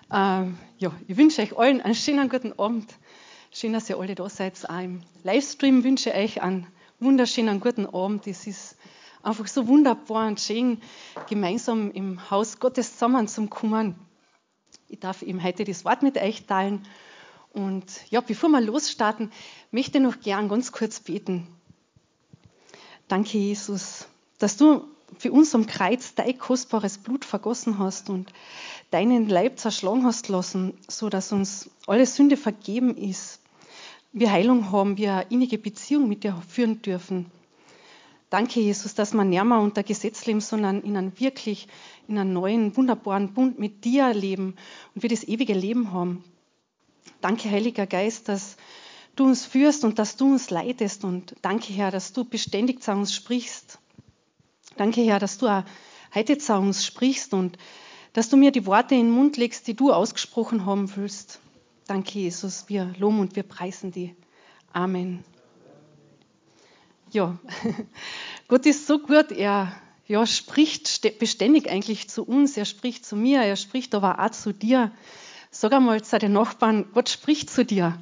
Ja, ich wünsche euch allen einen schönen guten Abend. Schön, dass ihr alle da seid. Auch im Livestream wünsche ich euch einen wunderschönen guten Abend. Es ist einfach so wunderbar und schön, gemeinsam im Haus Gottes zusammenzukommen. Ich darf eben heute das Wort mit euch teilen. Und ja, bevor wir losstarten, möchte ich noch gern ganz kurz beten. Danke, Jesus, dass du für uns am Kreuz dein kostbares Blut vergossen hast und deinen Leib zerschlagen hast lassen, so dass uns alle Sünde vergeben ist. Wir Heilung haben, wir eine innige Beziehung mit dir führen dürfen. Danke, Jesus, dass wir nicht mehr unter Gesetz leben, sondern in einem neuen, wunderbaren Bund mit dir leben und wir das ewige Leben haben. Danke, Heiliger Geist, dass du uns führst und dass du uns leitest. Und danke, Herr, dass du beständig zu uns sprichst. Danke, Herr, dass du auch heute zu uns sprichst und dass du mir die Worte in den Mund legst, die du ausgesprochen haben willst. Danke, Jesus, wir loben und wir preisen dich. Amen. Ja, Gott ist so gut, er spricht beständig eigentlich zu uns, er spricht zu mir, er spricht aber auch zu dir. Sag einmal zu den Nachbarn, Gott spricht zu dir.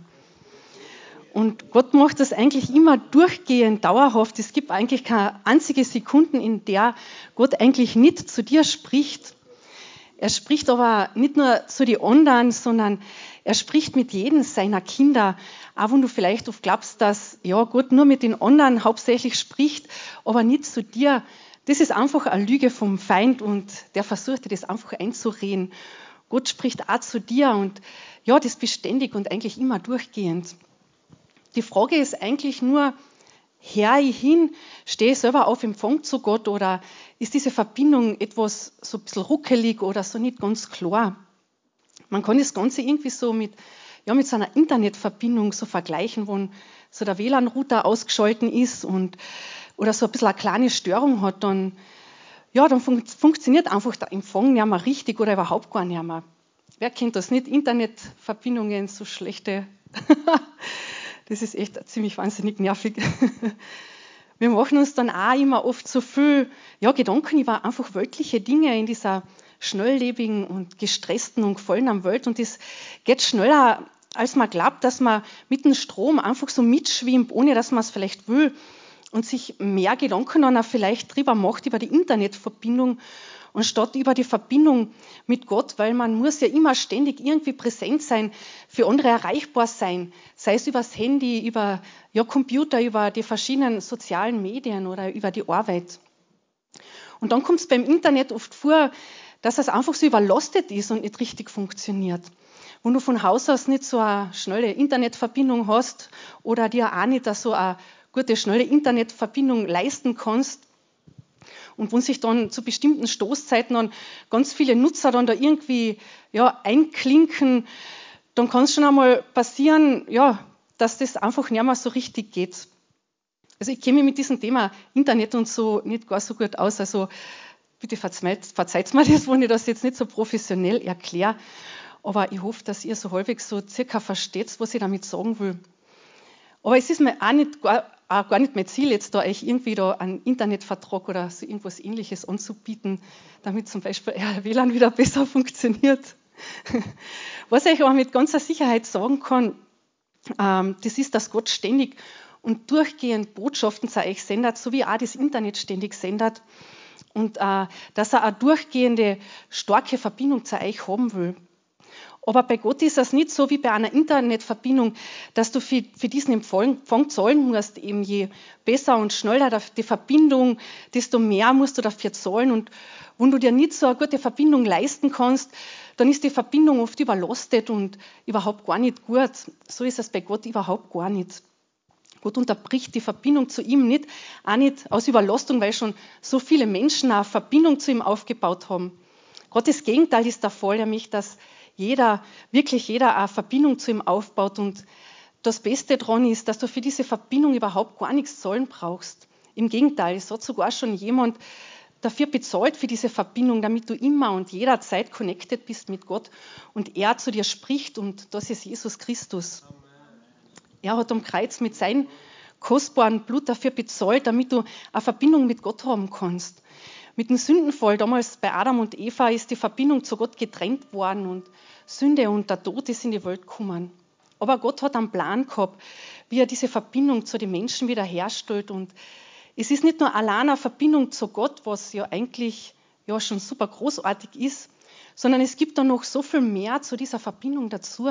Und Gott macht das eigentlich immer durchgehend, dauerhaft. Es gibt eigentlich keine einzige Sekunde, in der Gott eigentlich nicht zu dir spricht. Er spricht aber nicht nur zu den anderen, sondern er spricht mit jedem seiner Kinder. Auch wenn du vielleicht oft glaubst, dass Gott nur mit den anderen hauptsächlich spricht, aber nicht zu dir. Das ist einfach eine Lüge vom Feind und der versucht dir das einfach einzureden. Gott spricht auch zu dir und ja, das beständig und eigentlich immer durchgehend. Die Frage ist eigentlich nur, höre ich hin, stehe ich selber auf Empfang zu Gott oder ist diese Verbindung etwas so ein bisschen ruckelig oder so nicht ganz klar? Man kann das Ganze irgendwie so mit so einer Internetverbindung so vergleichen, wo so der WLAN-Router ausgeschalten ist oder so ein bisschen eine kleine Störung hat, dann funktioniert einfach der Empfang nicht mehr richtig oder überhaupt gar nicht mehr. Wer kennt das nicht? Internetverbindungen, so schlechte. Das ist echt ziemlich wahnsinnig nervig. Wir machen uns dann auch immer oft so viel Gedanken über einfach weltliche Dinge in dieser schnelllebigen und gestressten und gefallenen Welt. Und das geht schneller, als man glaubt, dass man mit dem Strom einfach so mitschwimmt, ohne dass man es vielleicht will. Und sich mehr Gedanken dann auch vielleicht drüber macht über die Internetverbindung und statt über die Verbindung mit Gott, weil man muss ja immer ständig irgendwie präsent sein, für andere erreichbar sein, sei es übers Handy, über Computer, über die verschiedenen sozialen Medien oder über die Arbeit. Und dann kommt es beim Internet oft vor, dass es einfach so überlastet ist und nicht richtig funktioniert. Wenn du von Haus aus nicht so eine schnelle Internetverbindung hast oder dir auch nicht so eine gute, schnelle Internetverbindung leisten kannst, und wenn sich dann zu bestimmten Stoßzeiten dann ganz viele Nutzer dann da irgendwie einklinken, dann kann es schon einmal passieren, dass das einfach nicht mehr so richtig geht. Also ich kenne mich mit diesem Thema Internet und so nicht gar so gut aus. Also bitte verzeiht mir das, wenn ich das jetzt nicht so professionell erkläre. Aber ich hoffe, dass ihr so halbwegs so circa versteht, was ich damit sagen will. Aber es ist mir auch gar nicht mein Ziel, jetzt da euch irgendwie da einen Internetvertrag oder so irgendwas Ähnliches anzubieten, damit zum Beispiel WLAN wieder besser funktioniert. Was ich aber mit ganzer Sicherheit sagen kann, das ist, dass Gott ständig und durchgehend Botschaften zu euch sendet, so wie auch das Internet ständig sendet und dass er eine durchgehende, starke Verbindung zu euch haben will. Aber bei Gott ist das nicht so wie bei einer Internetverbindung, dass du für diesen Empfang zahlen musst. Eben je besser und schneller die Verbindung, desto mehr musst du dafür zahlen. Und wenn du dir nicht so eine gute Verbindung leisten kannst, dann ist die Verbindung oft überlastet und überhaupt gar nicht gut. So ist es bei Gott überhaupt gar nicht. Gott unterbricht die Verbindung zu ihm nicht, auch nicht aus Überlastung, weil schon so viele Menschen eine Verbindung zu ihm aufgebaut haben. Gottes Gegenteil ist der Fall, nämlich dass wirklich jeder eine Verbindung zu ihm aufbaut. Und das Beste daran ist, dass du für diese Verbindung überhaupt gar nichts zahlen brauchst. Im Gegenteil, es hat sogar schon jemand dafür bezahlt für diese Verbindung, damit du immer und jederzeit connected bist mit Gott und er zu dir spricht. Und das ist Jesus Christus. Amen. Er hat am Kreuz mit seinem kostbaren Blut dafür bezahlt, damit du eine Verbindung mit Gott haben kannst. Mit dem Sündenfall, damals bei Adam und Eva, ist die Verbindung zu Gott getrennt worden und Sünde und der Tod ist in die Welt gekommen. Aber Gott hat einen Plan gehabt, wie er diese Verbindung zu den Menschen wiederherstellt. Und es ist nicht nur allein eine Verbindung zu Gott, was ja eigentlich ja schon super großartig ist, sondern es gibt dann noch so viel mehr zu dieser Verbindung dazu.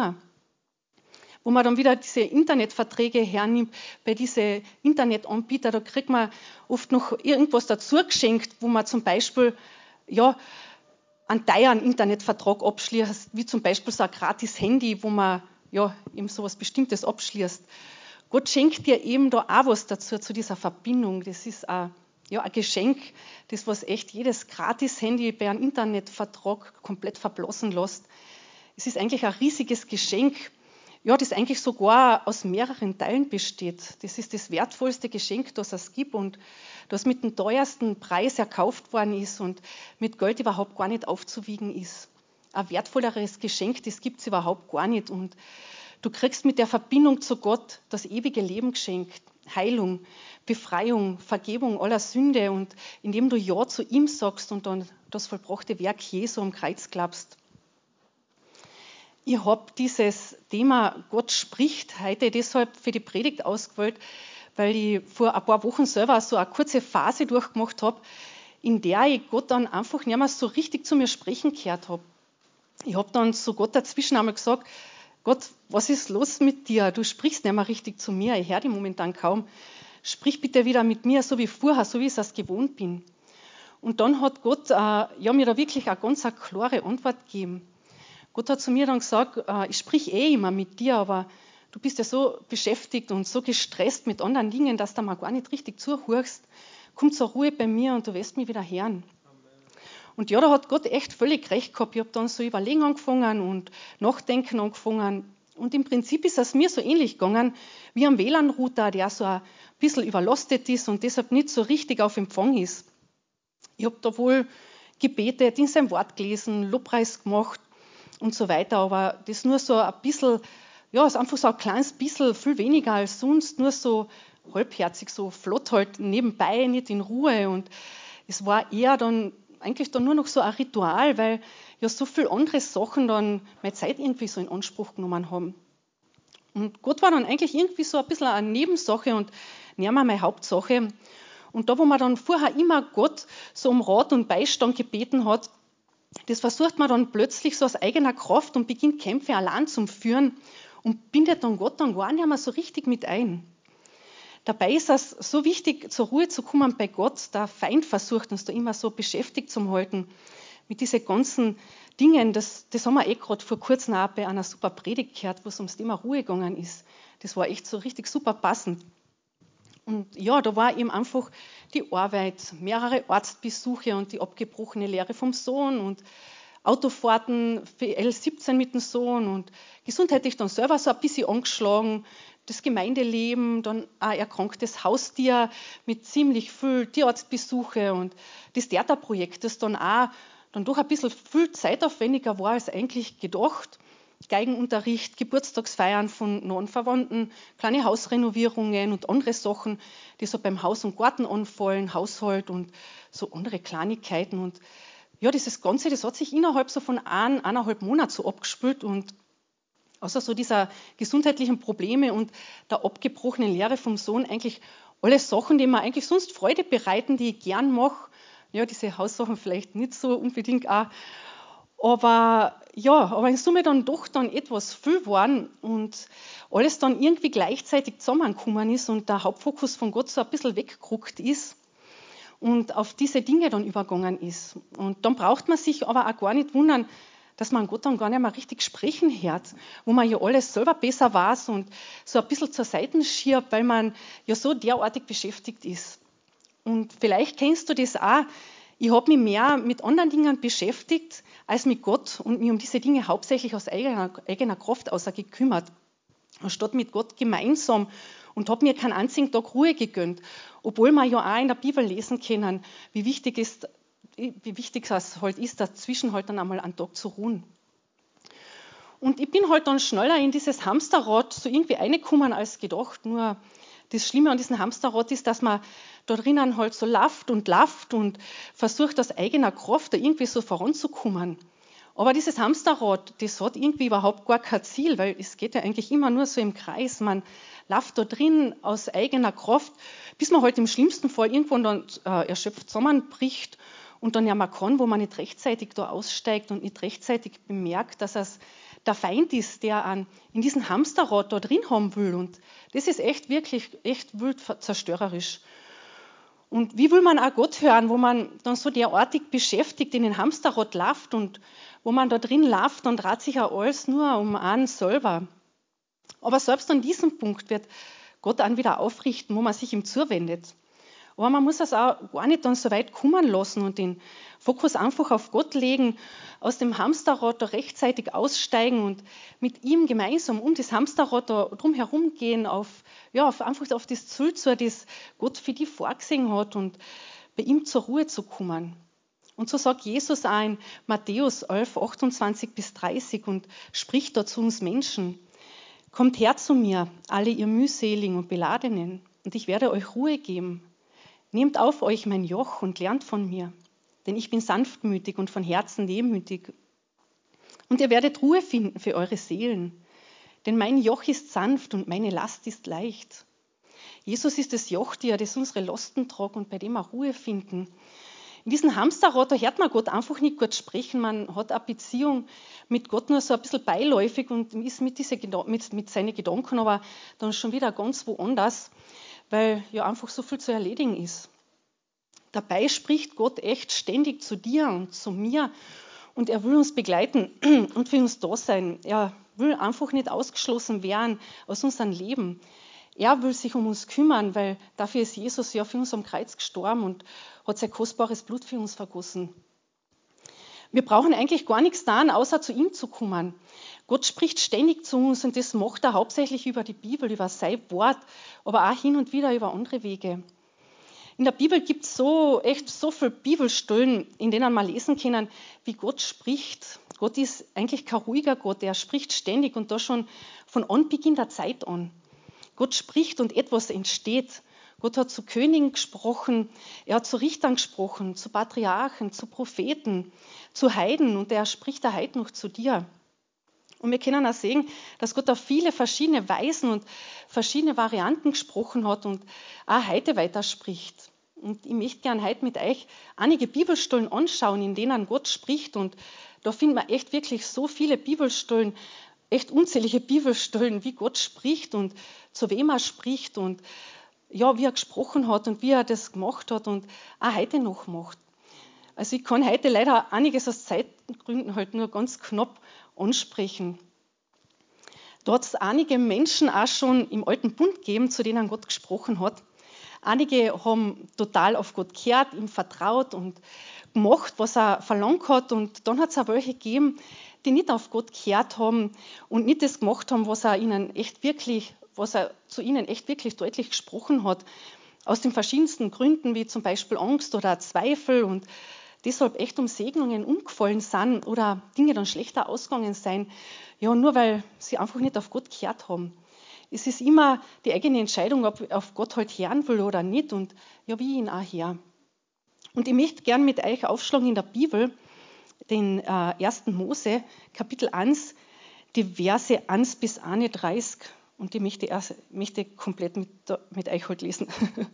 Wo man dann wieder diese Internetverträge hernimmt, bei diesen Internetanbietern, da kriegt man oft noch irgendwas dazu geschenkt, wo man zum Beispiel ja, einen teuren Internetvertrag abschließt, wie zum Beispiel so ein gratis Handy, wo man ja, eben so etwas Bestimmtes abschließt. Gott schenkt dir eben da auch was dazu, zu dieser Verbindung. Das ist ein Geschenk, das was echt jedes Gratis-Handy bei einem Internetvertrag komplett verblassen lässt. Es ist eigentlich ein riesiges Geschenk, ja, das eigentlich sogar aus mehreren Teilen besteht. Das ist das wertvollste Geschenk, das es gibt und das mit dem teuersten Preis erkauft worden ist und mit Geld überhaupt gar nicht aufzuwiegen ist. Ein wertvolleres Geschenk, das gibt es überhaupt gar nicht. Und du kriegst mit der Verbindung zu Gott das ewige Leben geschenkt, Heilung, Befreiung, Vergebung aller Sünde und indem du Ja zu ihm sagst und dann das vollbrachte Werk Jesu am Kreuz glaubst. Ich habe dieses Thema Gott spricht heute deshalb für die Predigt ausgewählt, weil ich vor ein paar Wochen selber so eine kurze Phase durchgemacht habe, in der ich Gott dann einfach nicht mehr so richtig zu mir sprechen gehört habe. Ich habe dann zu Gott dazwischen einmal gesagt, Gott, was ist los mit dir? Du sprichst nicht mehr richtig zu mir, ich höre dich momentan kaum. Sprich bitte wieder mit mir, so wie vorher, so wie ich es gewohnt bin. Und dann hat Gott mir da wirklich eine ganz klare Antwort gegeben. Gott hat zu mir dann gesagt, ich sprich immer mit dir, aber du bist ja so beschäftigt und so gestresst mit anderen Dingen, dass du mal gar nicht richtig zuhörst. Komm zur Ruhe bei mir und du wirst mich wieder hören. Und ja, da hat Gott echt völlig recht gehabt. Ich habe dann so überlegen angefangen und nachdenken angefangen. Und im Prinzip ist es mir so ähnlich gegangen wie am WLAN-Router, der so ein bisschen überlastet ist und deshalb nicht so richtig auf Empfang ist. Ich habe da wohl gebetet, in sein Wort gelesen, Lobpreis gemacht und so weiter, aber das nur so ein bisschen, ja, ist einfach so ein kleines bisschen, viel weniger als sonst, nur so halbherzig, so flott halt nebenbei, nicht in Ruhe. Und es war eher dann eigentlich dann nur noch so ein Ritual, weil ja so viele andere Sachen dann meine Zeit irgendwie so in Anspruch genommen haben. Und Gott war dann eigentlich irgendwie so ein bisschen eine Nebensache und nicht mehr meine Hauptsache. Und da, wo man dann vorher immer Gott so um Rat und Beistand gebeten hat, das versucht man dann plötzlich so aus eigener Kraft und beginnt Kämpfe allein zu führen und bindet dann Gott dann gar nicht mehr so richtig mit ein. Dabei ist es so wichtig, zur Ruhe zu kommen bei Gott. Der Feind versucht uns da immer so beschäftigt zu halten mit diesen ganzen Dingen. Das haben wir gerade vor kurzem auch bei einer super Predigt gehört, wo es ums Thema Ruhe gegangen ist. Das war echt so richtig super passend. Und ja, da war eben einfach die Arbeit, mehrere Arztbesuche und die abgebrochene Lehre vom Sohn und Autofahrten für L17 mit dem Sohn und gesundheitlich dann selber so ein bisschen angeschlagen, das Gemeindeleben, dann ein erkranktes Haustier mit ziemlich viel Tierarztbesuche und das Theaterprojekt, das dann auch dann doch ein bisschen viel zeitaufwendiger war als eigentlich gedacht. Geigenunterricht, Geburtstagsfeiern von nahen Verwandten, kleine Hausrenovierungen und andere Sachen, die so beim Haus und Garten anfallen, Haushalt und so andere Kleinigkeiten. Und ja, dieses Ganze, das hat sich innerhalb so von 1,5 Monaten so abgespült und außer so dieser gesundheitlichen Probleme und der abgebrochenen Lehre vom Sohn eigentlich alle Sachen, die mir eigentlich sonst Freude bereiten, die ich gern mache. Ja, diese Haussachen vielleicht nicht so unbedingt auch. Aber in Summe dann doch dann etwas viel waren und alles dann irgendwie gleichzeitig zusammengekommen ist und der Hauptfokus von Gott so ein bisschen weggerückt ist und auf diese Dinge dann übergegangen ist. Und dann braucht man sich aber auch gar nicht wundern, dass man Gott dann gar nicht mehr richtig sprechen hört, wo man ja alles selber besser weiß und so ein bisschen zur Seite schiebt, weil man ja so derartig beschäftigt ist. Und vielleicht kennst du das auch. Ich habe mich mehr mit anderen Dingen beschäftigt als mit Gott und mich um diese Dinge hauptsächlich aus eigener Kraft außer gekümmert, anstatt mit Gott gemeinsam und habe mir keinen einzigen Tag Ruhe gegönnt, obwohl wir ja auch in der Bibel lesen können, wie wichtig es halt ist, dazwischen halt dann einmal einen Tag zu ruhen. Und ich bin halt dann schneller in dieses Hamsterrad so irgendwie reingekommen als gedacht, nur Das Schlimme an diesem Hamsterrad ist, dass man da drinnen halt so lauft und versucht aus eigener Kraft da irgendwie so voranzukommen. Aber dieses Hamsterrad, das hat irgendwie überhaupt gar kein Ziel, weil es geht ja eigentlich immer nur so im Kreis. Man läuft da drin aus eigener Kraft, bis man halt im schlimmsten Fall irgendwann dann erschöpft zusammenbricht und dann ja man kann, wo man nicht rechtzeitig da aussteigt und nicht rechtzeitig bemerkt, dass es der Feind ist, der einen in diesem Hamsterrad da drin haben will. Und das ist echt wirklich, echt wild zerstörerisch. Und wie will man auch Gott hören, wo man dann so derartig beschäftigt in den Hamsterrad läuft und wo man da drin läuft, dann dreht sich ja alles nur um einen selber. Aber selbst an diesem Punkt wird Gott einen wieder aufrichten, wo man sich ihm zuwendet. Aber man muss das auch gar nicht dann so weit kommen lassen und den Fokus einfach auf Gott legen, aus dem Hamsterrad da rechtzeitig aussteigen und mit ihm gemeinsam um das Hamsterrad da drum herum gehen, einfach auf das Ziel zu, das Gott für die vorgesehen hat und bei ihm zur Ruhe zu kommen. Und so sagt Jesus auch in Matthäus 11, 28 bis 30 und spricht da zu uns Menschen: Kommt her zu mir, alle ihr mühseligen und Beladenen, und ich werde euch Ruhe geben. Nehmt auf euch mein Joch und lernt von mir, denn ich bin sanftmütig und von Herzen demütig. Und ihr werdet Ruhe finden für eure Seelen, denn mein Joch ist sanft und meine Last ist leicht. Jesus ist das Jochtier, das unsere Lasten tragt und bei dem wir Ruhe finden. In diesem Hamsterrad, da hört man Gott einfach nicht gut sprechen. Man hat eine Beziehung mit Gott nur so ein bisschen beiläufig und ist mit seinen Gedanken aber dann schon wieder ganz woanders, weil ja einfach so viel zu erledigen ist. Dabei spricht Gott echt ständig zu dir und zu mir und er will uns begleiten und für uns da sein. Er will einfach nicht ausgeschlossen werden aus unserem Leben. Er will sich um uns kümmern, weil dafür ist Jesus ja für uns am Kreuz gestorben und hat sein kostbares Blut für uns vergossen. Wir brauchen eigentlich gar nichts tun, außer zu ihm zu kommen. Gott spricht ständig zu uns und das macht er hauptsächlich über die Bibel, über sein Wort, aber auch hin und wieder über andere Wege. In der Bibel gibt es so viele Bibelstellen, in denen wir lesen können, wie Gott spricht. Gott ist eigentlich kein ruhiger Gott, er spricht ständig und da schon von Anbeginn der Zeit an. Gott spricht und etwas entsteht. Gott hat zu Königen gesprochen, er hat zu Richtern gesprochen, zu Patriarchen, zu Propheten, zu Heiden und er spricht auch heute noch zu dir. Und wir können auch sehen, dass Gott auf viele verschiedene Weisen und verschiedene Varianten gesprochen hat und auch heute weiter spricht. Und ich möchte gerne heute mit euch einige Bibelstellen anschauen, in denen Gott spricht. Und da finden wir echt wirklich so viele Bibelstellen, echt unzählige Bibelstellen, wie Gott spricht und zu wem er spricht und ja, wie er gesprochen hat und wie er das gemacht hat und auch heute noch macht. Also ich kann heute leider einiges aus Zeitgründen halt nur ganz knapp ansprechen. Da hat es einige Menschen auch schon im Alten Bund gegeben, zu denen Gott gesprochen hat. Einige haben total auf Gott gehört, ihm vertraut und gemacht, was er verlangt hat. Und dann hat es auch welche gegeben, die nicht auf Gott gehört haben und nicht das gemacht haben, was er zu ihnen echt wirklich deutlich gesprochen hat. Aus den verschiedensten Gründen, wie zum Beispiel Angst oder Zweifel und deshalb echt um Segnungen umgefallen sind oder Dinge dann schlechter ausgegangen sind, ja, nur weil sie einfach nicht auf Gott gehört haben. Es ist immer die eigene Entscheidung, ob ich auf Gott halt hören will oder nicht und ja, wie ich ihn auch höre. Und ich möchte gerne mit euch aufschlagen in der Bibel, den 1. Mose, Kapitel 1, die Verse 1 bis 31 und die möchte komplett mit euch halt lesen.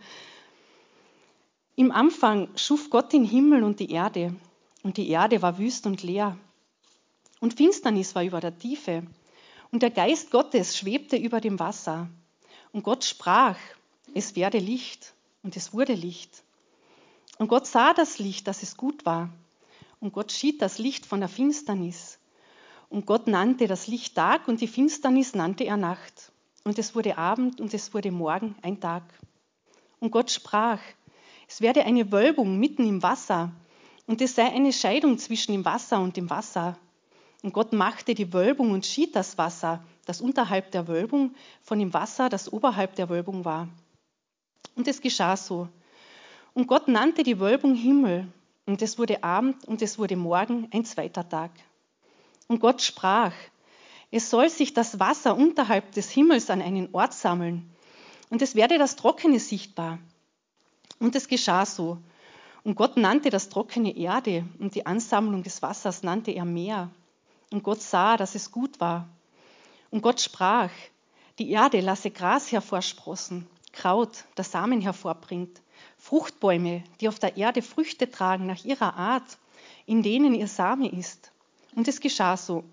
Im Anfang schuf Gott den Himmel und die Erde war wüst und leer. Und Finsternis war über der Tiefe. Und der Geist Gottes schwebte über dem Wasser. Und Gott sprach, es werde Licht. Und es wurde Licht. Und Gott sah das Licht, dass es gut war. Und Gott schied das Licht von der Finsternis. Und Gott nannte das Licht Tag und die Finsternis nannte er Nacht. Und es wurde Abend und es wurde Morgen ein Tag. Und Gott sprach, es werde eine Wölbung mitten im Wasser und es sei eine Scheidung zwischen dem Wasser und dem Wasser. Und Gott machte die Wölbung und schied das Wasser, das unterhalb der Wölbung, von dem Wasser, das oberhalb der Wölbung war. Und es geschah so. Und Gott nannte die Wölbung Himmel. Und es wurde Abend und es wurde Morgen ein zweiter Tag. Und Gott sprach, es soll sich das Wasser unterhalb des Himmels an einen Ort sammeln und es werde das Trockene sichtbar. Und es geschah so. Und Gott nannte das Trockene Erde und die Ansammlung des Wassers nannte er Meer. Und Gott sah, dass es gut war. Und Gott sprach, die Erde lasse Gras hervorsprossen, Kraut, das Samen hervorbringt, Fruchtbäume, die auf der Erde Früchte tragen nach ihrer Art, in denen ihr Same ist. Und es geschah so.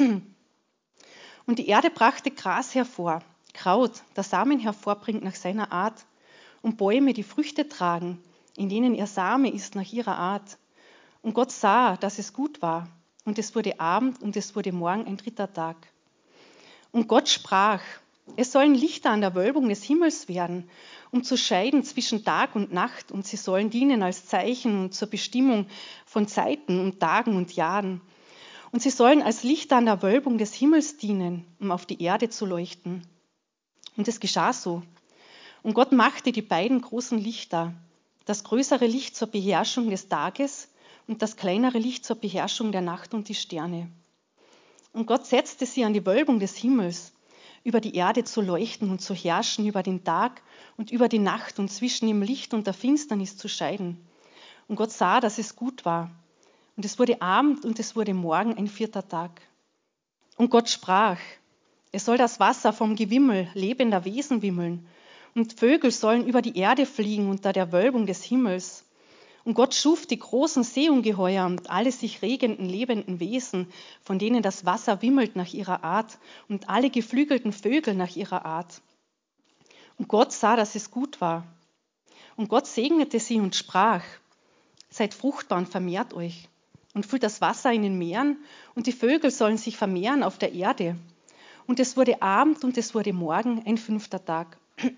Und die Erde brachte Gras hervor, Kraut, das Samen hervorbringt nach seiner Art, und Bäume, die Früchte tragen, in denen ihr Same ist nach ihrer Art. Und Gott sah, dass es gut war. Und es wurde Abend und es wurde Morgen ein 3. Tag. Und Gott sprach, es sollen Lichter an der Wölbung des Himmels werden, um zu scheiden zwischen Tag und Nacht, und sie sollen dienen als Zeichen und zur Bestimmung von Zeiten und Tagen und Jahren. Und sie sollen als Lichter an der Wölbung des Himmels dienen, um auf die Erde zu leuchten. Und es geschah so. Und Gott machte die beiden großen Lichter, das größere Licht zur Beherrschung des Tages und das kleinere Licht zur Beherrschung der Nacht und die Sterne. Und Gott setzte sie an die Wölbung des Himmels, über die Erde zu leuchten und zu herrschen über den Tag und über die Nacht und zwischen dem Licht und der Finsternis zu scheiden. Und Gott sah, dass es gut war. Und es wurde Abend und es wurde Morgen ein 4. Tag. Und Gott sprach, es soll das Wasser vom Gewimmel lebender Wesen wimmeln, und Vögel sollen über die Erde fliegen unter der Wölbung des Himmels. Und Gott schuf die großen Seeungeheuer und alle sich regenden lebenden Wesen, von denen das Wasser wimmelt nach ihrer Art, und alle geflügelten Vögel nach ihrer Art. Und Gott sah, dass es gut war. Und Gott segnete sie und sprach, seid fruchtbar und vermehrt euch und füllt das Wasser in den Meeren, und die Vögel sollen sich vermehren auf der Erde. Und es wurde Abend und es wurde Morgen ein 5. Tag.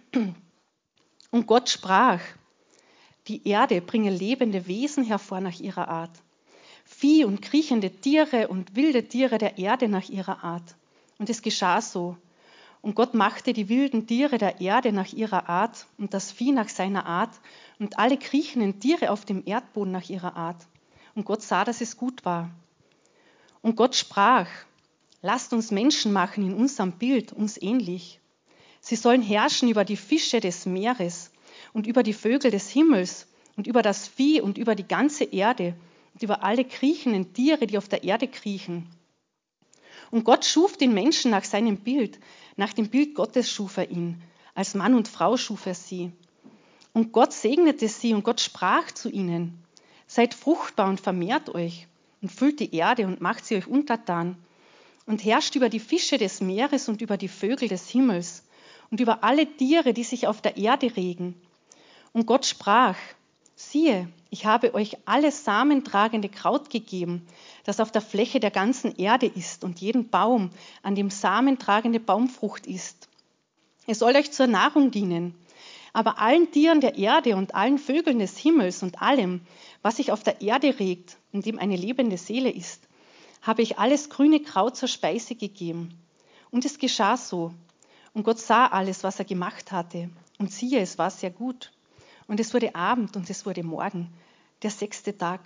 Und Gott sprach, die Erde bringe lebende Wesen hervor nach ihrer Art, Vieh und kriechende Tiere und wilde Tiere der Erde nach ihrer Art. Und es geschah so. Und Gott machte die wilden Tiere der Erde nach ihrer Art und das Vieh nach seiner Art und alle kriechenden Tiere auf dem Erdboden nach ihrer Art. Und Gott sah, dass es gut war. Und Gott sprach, lasst uns Menschen machen in unserem Bild, uns ähnlich. Sie sollen herrschen über die Fische des Meeres und über die Vögel des Himmels und über das Vieh und über die ganze Erde und über alle kriechenden Tiere, die auf der Erde kriechen. Und Gott schuf den Menschen nach seinem Bild, nach dem Bild Gottes schuf er ihn, als Mann und Frau schuf er sie. Und Gott segnete sie und Gott sprach zu ihnen, seid fruchtbar und vermehrt euch und füllt die Erde und macht sie euch untertan und herrscht über die Fische des Meeres und über die Vögel des Himmels und über alle Tiere, die sich auf der Erde regen. Und Gott sprach, siehe, ich habe euch alles samentragende Kraut gegeben, das auf der Fläche der ganzen Erde ist und jeden Baum, an dem samentragende Baumfrucht ist. Es soll euch zur Nahrung dienen. Aber allen Tieren der Erde und allen Vögeln des Himmels und allem, was sich auf der Erde regt, in dem eine lebende Seele ist, habe ich alles grüne Kraut zur Speise gegeben. Und es geschah so. Und Gott sah alles, was er gemacht hatte. Und siehe, es war sehr gut. Und es wurde Abend und es wurde Morgen, der 6. Tag.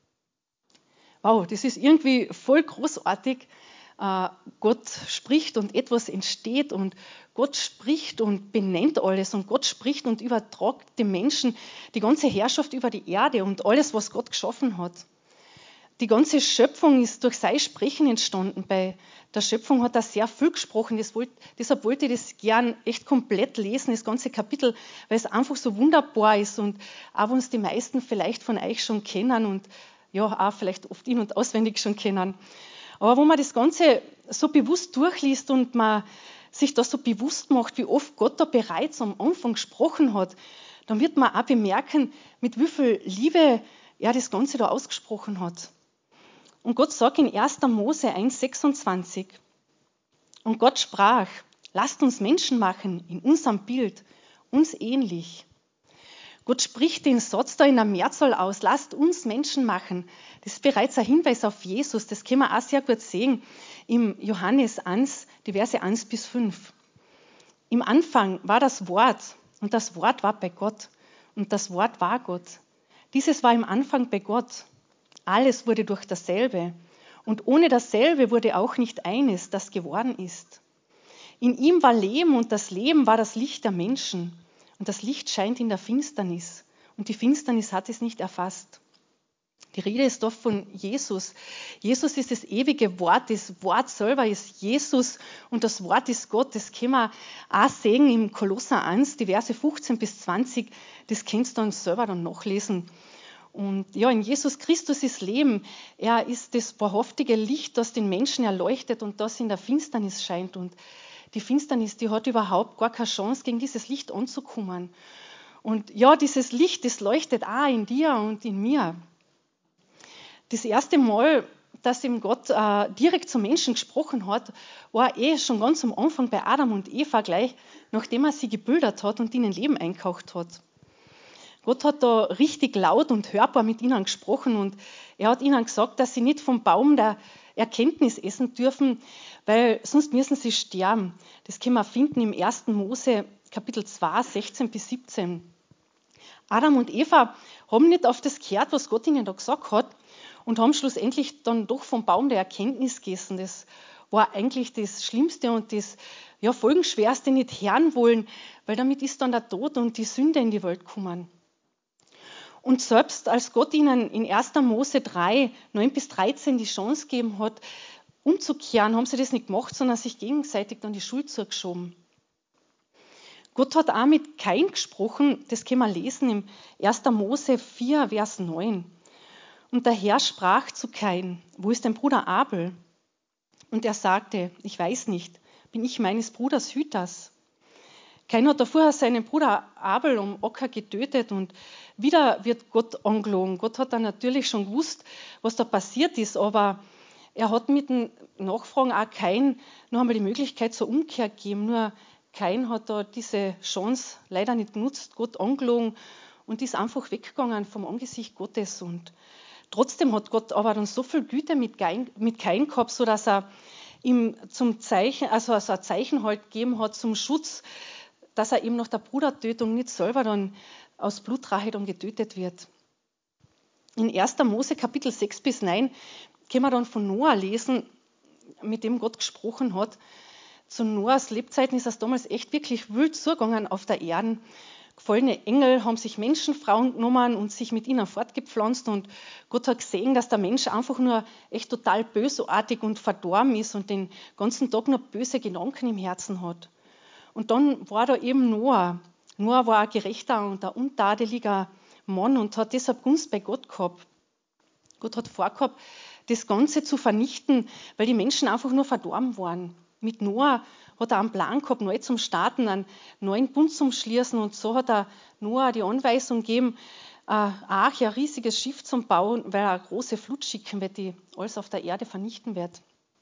Wow, das ist irgendwie voll großartig. Gott spricht und etwas entsteht und Gott spricht und benennt alles und Gott spricht und übertragt dem Menschen die ganze Herrschaft über die Erde und alles, was Gott geschaffen hat. Die ganze Schöpfung ist durch sein Sprechen entstanden. Bei der Schöpfung hat er sehr viel gesprochen. Deshalb wollte ich das gern echt komplett lesen, das ganze Kapitel, weil es einfach so wunderbar ist und auch wenn es die meisten vielleicht von euch schon kennen und ja, auch vielleicht oft in- und auswendig schon kennen. Aber wo man das Ganze so bewusst durchliest und man sich das so bewusst macht, wie oft Gott da bereits am Anfang gesprochen hat, dann wird man auch bemerken, mit wie viel Liebe er das Ganze da ausgesprochen hat. Und Gott sagt in 1. Mose 1,26, und Gott sprach, lasst uns Menschen machen in unserem Bild, uns ähnlich. Gott spricht den Satz da in der Mehrzahl aus, lasst uns Menschen machen. Das ist bereits ein Hinweis auf Jesus, das können wir auch sehr gut sehen im Johannes 1, die Verse 1 bis 5. Im Anfang war das Wort und das Wort war bei Gott und das Wort war Gott. Dieses war im Anfang bei Gott. Alles wurde durch dasselbe und ohne dasselbe wurde auch nicht eines, das geworden ist. In ihm war Leben und das Leben war das Licht der Menschen. Und das Licht scheint in der Finsternis. Und die Finsternis hat es nicht erfasst. Die Rede ist doch von Jesus. Jesus ist das ewige Wort. Das Wort selber ist Jesus und das Wort ist Gott. Das können wir auch sehen im Kolosser 1, die Verse 15 bis 20. Das kannst du dann selber dann nachlesen. Und ja, in Jesus Christus ist Leben. Er ist das wahrhaftige Licht, das den Menschen erleuchtet und das in der Finsternis scheint. Und die Finsternis, die hat überhaupt gar keine Chance, gegen dieses Licht anzukommen. Und ja, dieses Licht, das leuchtet auch in dir und in mir. Das erste Mal, dass ihm Gott direkt zum Menschen gesprochen hat, war schon ganz am Anfang bei Adam und Eva gleich, nachdem er sie gebildet hat und ihnen Leben eingehaucht hat. Gott hat da richtig laut und hörbar mit ihnen gesprochen und er hat ihnen gesagt, dass sie nicht vom Baum der Erkenntnis essen dürfen, weil sonst müssen sie sterben. Das können wir finden im 1. Mose, Kapitel 2, 16 bis 17. Adam und Eva haben nicht auf das gehört, was Gott ihnen da gesagt hat, und haben schlussendlich dann doch vom Baum der Erkenntnis gegessen. Das war eigentlich das Schlimmste und das Folgenschwerste, nicht hören wollen, weil damit ist dann der Tod und die Sünde in die Welt gekommen. Und selbst als Gott ihnen in 1. Mose 3, 9 bis 13 die Chance gegeben hat, umzukehren, haben sie das nicht gemacht, sondern sich gegenseitig dann die Schuld zugeschoben. Gott hat auch mit Kain gesprochen, das können wir lesen im 1. Mose 4, Vers 9. Und der Herr sprach zu Kain, wo ist dein Bruder Abel? Und er sagte, ich weiß nicht, bin ich meines Bruders Hüters? Kain hat davor seinen Bruder Abel am Acker getötet und wieder wird Gott angelogen. Gott hat dann natürlich schon gewusst, was da passiert ist, aber er hat mit den Nachfragen auch Kain noch einmal die Möglichkeit zur Umkehr gegeben. Nur Kain hat da diese Chance leider nicht genutzt, Gott angelogen und ist einfach weggegangen vom Angesicht Gottes. Und trotzdem hat Gott aber dann so viel Güte mit Kain gehabt, sodass er ihm zum Zeichen, also ein Zeichen halt gegeben hat zum Schutz, dass er eben nach der Brudertötung nicht selber dann aus Blutrache dann getötet wird. In 1. Mose Kapitel 6 bis 9 können wir dann von Noah lesen, mit dem Gott gesprochen hat. Zu Noahs Lebzeiten ist es damals echt wirklich wild zugegangen auf der Erde. Gefallene Engel haben sich Menschenfrauen genommen und sich mit ihnen fortgepflanzt und Gott hat gesehen, dass der Mensch einfach nur echt total bösartig und verdorben ist und den ganzen Tag nur böse Gedanken im Herzen hat. Und dann war da eben Noah. Noah war ein gerechter und ein untadeliger Mann und hat deshalb Gunst bei Gott gehabt. Gott hat vorgehabt, das Ganze zu vernichten, weil die Menschen einfach nur verdorben waren. Mit Noah hat er einen Plan gehabt, neu zum Starten, einen neuen Bund zum Schließen und so hat er Noah die Anweisung gegeben, ein riesiges Schiff zum Bauen, weil er eine große Flut schicken wird, die alles auf der Erde vernichten wird.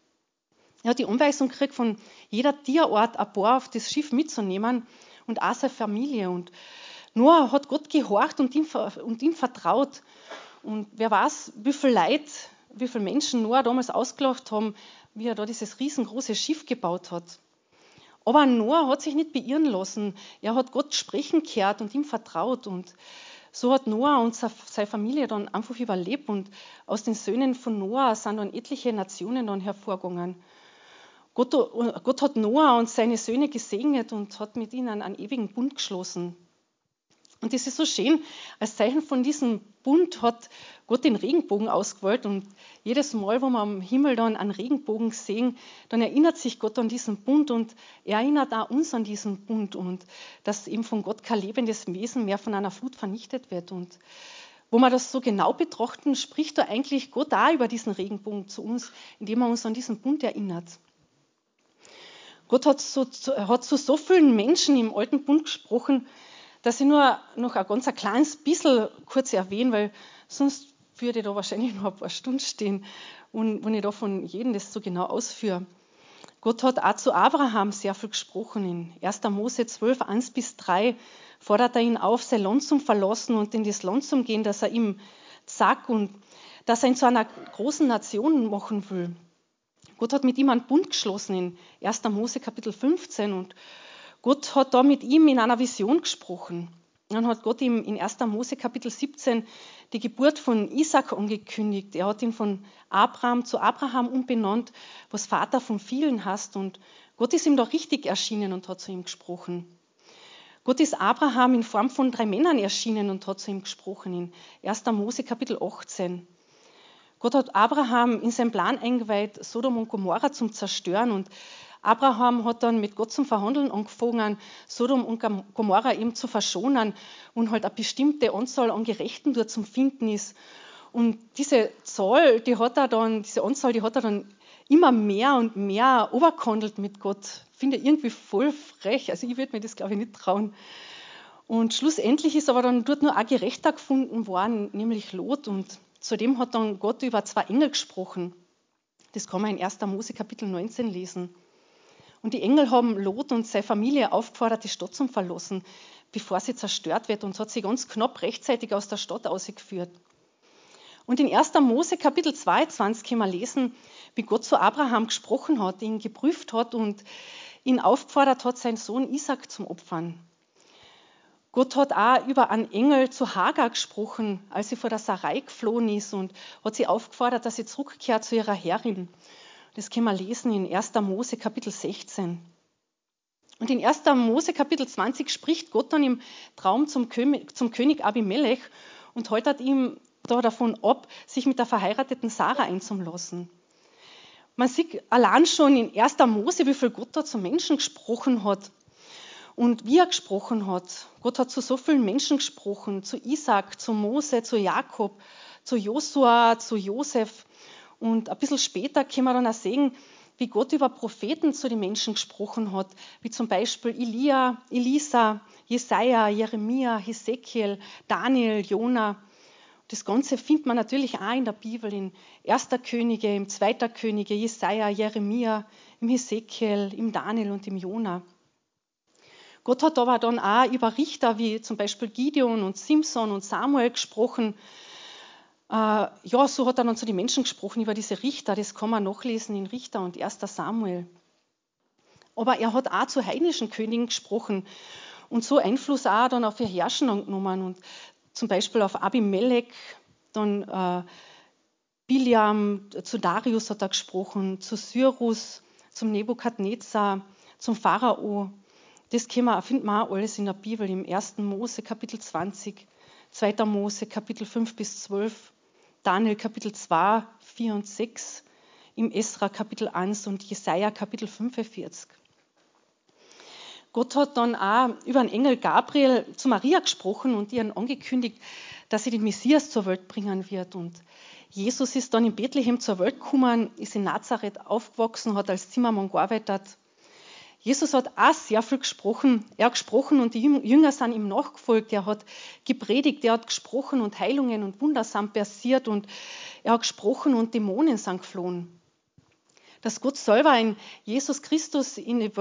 Er hat die Anweisung gekriegt, von jeder Tierart ein paar auf das Schiff mitzunehmen und auch seine Familie. Und Noah hat Gott gehorcht und ihm vertraut. Und wer weiß, wie viele Menschen Noah damals ausgelacht haben, wie er da dieses riesengroße Schiff gebaut hat. Aber Noah hat sich nicht beirren lassen. Er hat Gott sprechen gehört und ihm vertraut. Und so hat Noah und seine Familie dann einfach überlebt. Und aus den Söhnen von Noah sind dann etliche Nationen dann hervorgegangen. Gott hat Noah und seine Söhne gesegnet und hat mit ihnen einen ewigen Bund geschlossen. Und das ist so schön, als Zeichen von diesem Bund hat Gott den Regenbogen ausgewählt und jedes Mal, wo wir am Himmel dann einen Regenbogen sehen, dann erinnert sich Gott an diesen Bund und er erinnert auch uns an diesen Bund und dass eben von Gott kein lebendes Wesen mehr von einer Flut vernichtet wird. Und wo wir das so genau betrachten, spricht da eigentlich Gott auch über diesen Regenbogen zu uns, indem er uns an diesen Bund erinnert. Gott hat zu so vielen Menschen im Alten Bund gesprochen, dass ich nur noch ein ganz kleines bisschen kurz erwähne, weil sonst würde ich da wahrscheinlich noch ein paar Stunden stehen, und wenn ich da von jedem das so genau ausführe. Gott hat auch zu Abraham sehr viel gesprochen. In 1. Mose 12, 1 bis 3 fordert er ihn auf, sein Land zu verlassen und in das Land zu gehen, das er ihm sagt und dass er ihn zu einer großen Nation machen will. Gott hat mit ihm einen Bund geschlossen in 1. Mose Kapitel 15 und Gott hat da mit ihm in einer Vision gesprochen. Dann hat Gott ihm in 1. Mose Kapitel 17 die Geburt von Isaak angekündigt. Er hat ihn von Abraham zu Abraham umbenannt, was Vater von vielen heißt. Und Gott ist ihm da richtig erschienen und hat zu ihm gesprochen. Gott ist Abraham in Form von 3 Männern erschienen und hat zu ihm gesprochen in 1. Mose Kapitel 18. Gott hat Abraham in seinen Plan eingeweiht, Sodom und Gomorra zum Zerstören, und Abraham hat dann mit Gott zum Verhandeln angefangen, Sodom und Gomorra eben zu verschonen und halt eine bestimmte Anzahl an Gerechten dort zum Finden ist. Und diese Anzahl, die hat er dann immer mehr und mehr übergehandelt mit Gott. Finde ich irgendwie voll frech. Also ich würde mir das, glaube ich, nicht trauen. Und schlussendlich ist aber dann dort nur ein Gerechter gefunden worden, nämlich Lot. Und zudem hat dann Gott über 2 Engel gesprochen. Das kann man in 1. Mose Kapitel 19 lesen. Und die Engel haben Lot und seine Familie aufgefordert, die Stadt zu verlassen, bevor sie zerstört wird. Und es hat sie ganz knapp rechtzeitig aus der Stadt ausgeführt. Und in 1. Mose Kapitel 22 können wir lesen, wie Gott zu Abraham gesprochen hat, ihn geprüft hat und ihn aufgefordert hat, seinen Sohn Isaak zum Opfern. Gott hat auch über einen Engel zu Hagar gesprochen, als sie vor der Sarai geflohen ist, und hat sie aufgefordert, dass sie zurückkehrt zu ihrer Herrin. Das können wir lesen in 1. Mose Kapitel 16. Und in 1. Mose Kapitel 20 spricht Gott dann im Traum zum König Abimelech und haltet ihm da davon ab, sich mit der verheirateten Sarah einzulassen. Man sieht allein schon in 1. Mose, wie viel Gott da zu Menschen gesprochen hat und wie er gesprochen hat. Gott hat zu so vielen Menschen gesprochen, zu Isaak, zu Mose, zu Jakob, zu Josua, zu Josef. Und ein bisschen später können wir dann auch sehen, wie Gott über Propheten zu den Menschen gesprochen hat, wie zum Beispiel Elia, Elisa, Jesaja, Jeremia, Hesekiel, Daniel, Jona. Das Ganze findet man natürlich auch in der Bibel, in 1. Könige, im 2. Könige, Jesaja, Jeremia, im Hesekiel, im Daniel und im Jona. Gott hat aber dann auch über Richter wie zum Beispiel Gideon und Simson und Samuel gesprochen. So hat er dann zu den Menschen gesprochen über diese Richter. Das kann man nachlesen in Richter und 1. Samuel. Aber er hat auch zu heidnischen Königen gesprochen und so Einfluss auch dann auf ihr Herrschen angenommen. Und zum Beispiel auf Abimelech, dann Biliam, zu Darius hat er gesprochen, zu Cyrus, zum Nebukadnezar, zum Pharao. Das findet man auch alles in der Bibel, im 1. Mose Kapitel 20, 2. Mose Kapitel 5 bis 12, Daniel Kapitel 2, 4 und 6, im Esra Kapitel 1 und Jesaja Kapitel 45. Gott hat dann auch über den Engel Gabriel zu Maria gesprochen und ihr angekündigt, dass sie den Messias zur Welt bringen wird. Und Jesus ist dann in Bethlehem zur Welt gekommen, ist in Nazareth aufgewachsen, hat als Zimmermann gearbeitet. Jesus hat auch sehr viel gesprochen. Er hat gesprochen und die Jünger sind ihm nachgefolgt. Er hat gepredigt, er hat gesprochen und Heilungen und Wunder sind passiert und er hat gesprochen und Dämonen sind geflohen. Dass Gott selber in Jesus Christus eben in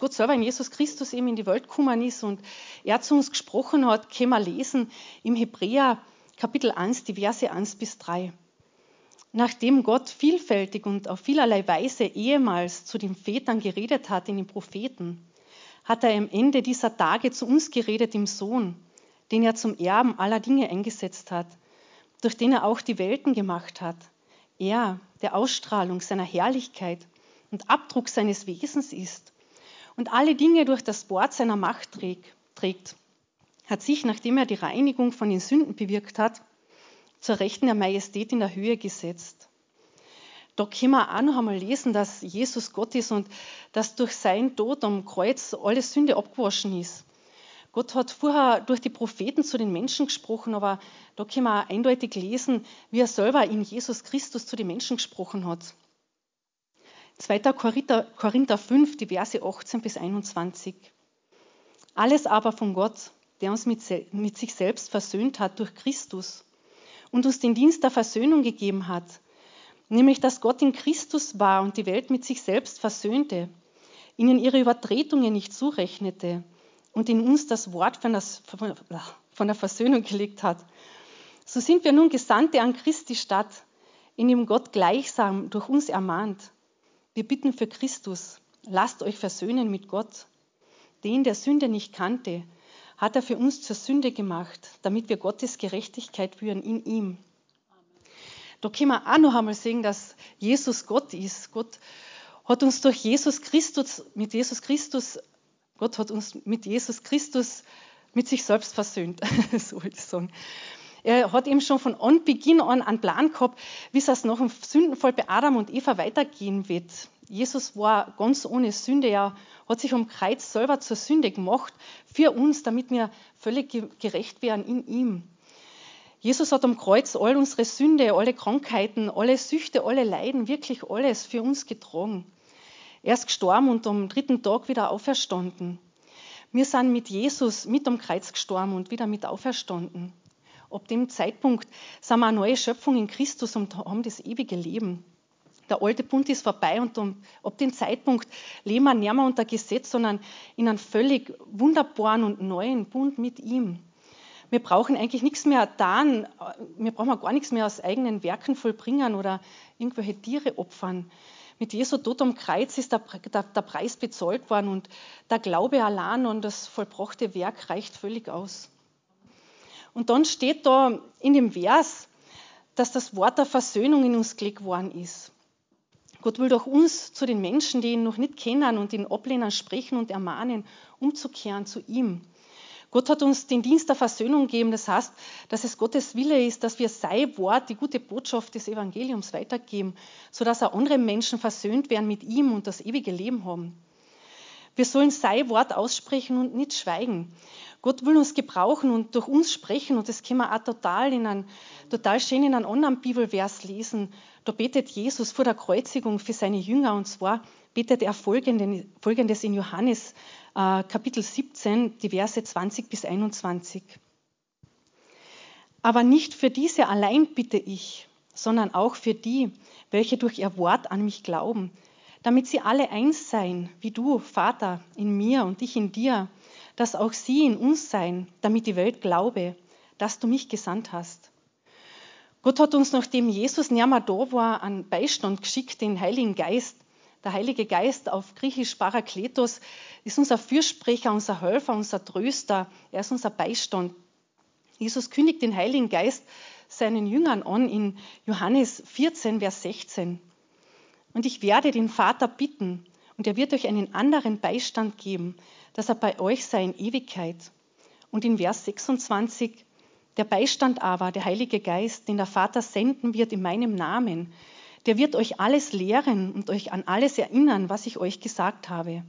die Welt gekommen ist und er zu uns gesprochen hat, können wir lesen im Hebräer Kapitel 1, die Verse 1 bis 3. Nachdem Gott vielfältig und auf vielerlei Weise ehemals zu den Vätern geredet hat in den Propheten, hat er am Ende dieser Tage zu uns geredet im Sohn, den er zum Erben aller Dinge eingesetzt hat, durch den er auch die Welten gemacht hat. Er, der Ausstrahlung seiner Herrlichkeit und Abdruck seines Wesens ist und alle Dinge durch das Wort seiner Macht trägt, hat sich, nachdem er die Reinigung von den Sünden bewirkt hat, zur Rechten der Majestät in der Höhe gesetzt. Da können wir auch noch einmal lesen, dass Jesus Gott ist und dass durch seinen Tod am Kreuz alle Sünde abgewaschen ist. Gott hat vorher durch die Propheten zu den Menschen gesprochen, aber da können wir auch eindeutig lesen, wie er selber in Jesus Christus zu den Menschen gesprochen hat. 2. Korinther 5, die Verse 18 bis 21. Alles aber von Gott, der uns mit sich selbst versöhnt hat durch Christus und uns den Dienst der Versöhnung gegeben hat, nämlich dass Gott in Christus war und die Welt mit sich selbst versöhnte, ihnen ihre Übertretungen nicht zurechnete und in uns das Wort von der Versöhnung gelegt hat. So sind wir nun Gesandte an Christi Stadt, in dem Gott gleichsam durch uns ermahnt. Wir bitten für Christus, lasst euch versöhnen mit Gott. Den, der Sünde nicht kannte, hat er für uns zur Sünde gemacht, damit wir Gottes Gerechtigkeit führen in ihm. Da können wir auch noch einmal sehen, dass Jesus Gott ist. Gott hat uns mit Jesus Christus mit sich selbst versöhnt, so will ich sagen. Er hat eben schon von Beginn an einen Plan gehabt, wie es nach dem Sündenfall bei Adam und Eva weitergehen wird. Jesus war ganz ohne Sünde. Er hat sich am Kreuz selber zur Sünde gemacht für uns, damit wir völlig gerecht werden in ihm. Jesus hat am Kreuz all unsere Sünde, alle Krankheiten, alle Süchte, alle Leiden, wirklich alles für uns getragen. Er ist gestorben und am 3. Tag wieder auferstanden. Wir sind mit Jesus mit am Kreuz gestorben und wieder mit auferstanden. Ab dem Zeitpunkt sind wir eine neue Schöpfung in Christus und haben das ewige Leben. Der alte Bund ist vorbei und ab dem Zeitpunkt leben wir nicht mehr unter Gesetz, sondern in einem völlig wunderbaren und neuen Bund mit ihm. Wir brauchen eigentlich nichts mehr tun, wir brauchen gar nichts mehr aus eigenen Werken vollbringen oder irgendwelche Tiere opfern. Mit Jesu Tod am Kreuz ist der Preis bezahlt worden und der Glaube allein an das vollbrachte Werk reicht völlig aus. Und dann steht da in dem Vers, dass das Wort der Versöhnung in uns gelegt worden ist. Gott will durch uns zu den Menschen, die ihn noch nicht kennen und ihn ablehnen, sprechen und ermahnen, umzukehren zu ihm. Gott hat uns den Dienst der Versöhnung gegeben, das heißt, dass es Gottes Wille ist, dass wir sein Wort, die gute Botschaft des Evangeliums weitergeben, sodass auch andere Menschen versöhnt werden mit ihm und das ewige Leben haben. Wir sollen sein Wort aussprechen und nicht schweigen. Gott will uns gebrauchen und durch uns sprechen und das können wir auch total schön in einem anderen Bibelvers lesen. Da betet Jesus vor der Kreuzigung für seine Jünger und zwar betet er Folgendes in Johannes Kapitel 17, die Verse 20 bis 21. Aber nicht für diese allein bitte ich, sondern auch für die, welche durch ihr Wort an mich glauben, damit sie alle eins seien, wie du, Vater, in mir und ich in dir, dass auch sie in uns seien, damit die Welt glaube, dass du mich gesandt hast. Gott hat uns, nachdem Jesus nicht mehr da war, einen Beistand geschickt, den Heiligen Geist. Der Heilige Geist, auf Griechisch Parakletos, ist unser Fürsprecher, unser Helfer, unser Tröster. Er ist unser Beistand. Jesus kündigt den Heiligen Geist seinen Jüngern an in Johannes 14, Vers 16. Und ich werde den Vater bitten, und er wird euch einen anderen Beistand geben, dass er bei euch sei in Ewigkeit. Und in Vers 26, der Beistand aber, der Heilige Geist, den der Vater senden wird in meinem Namen, der wird euch alles lehren und euch an alles erinnern, was ich euch gesagt habe.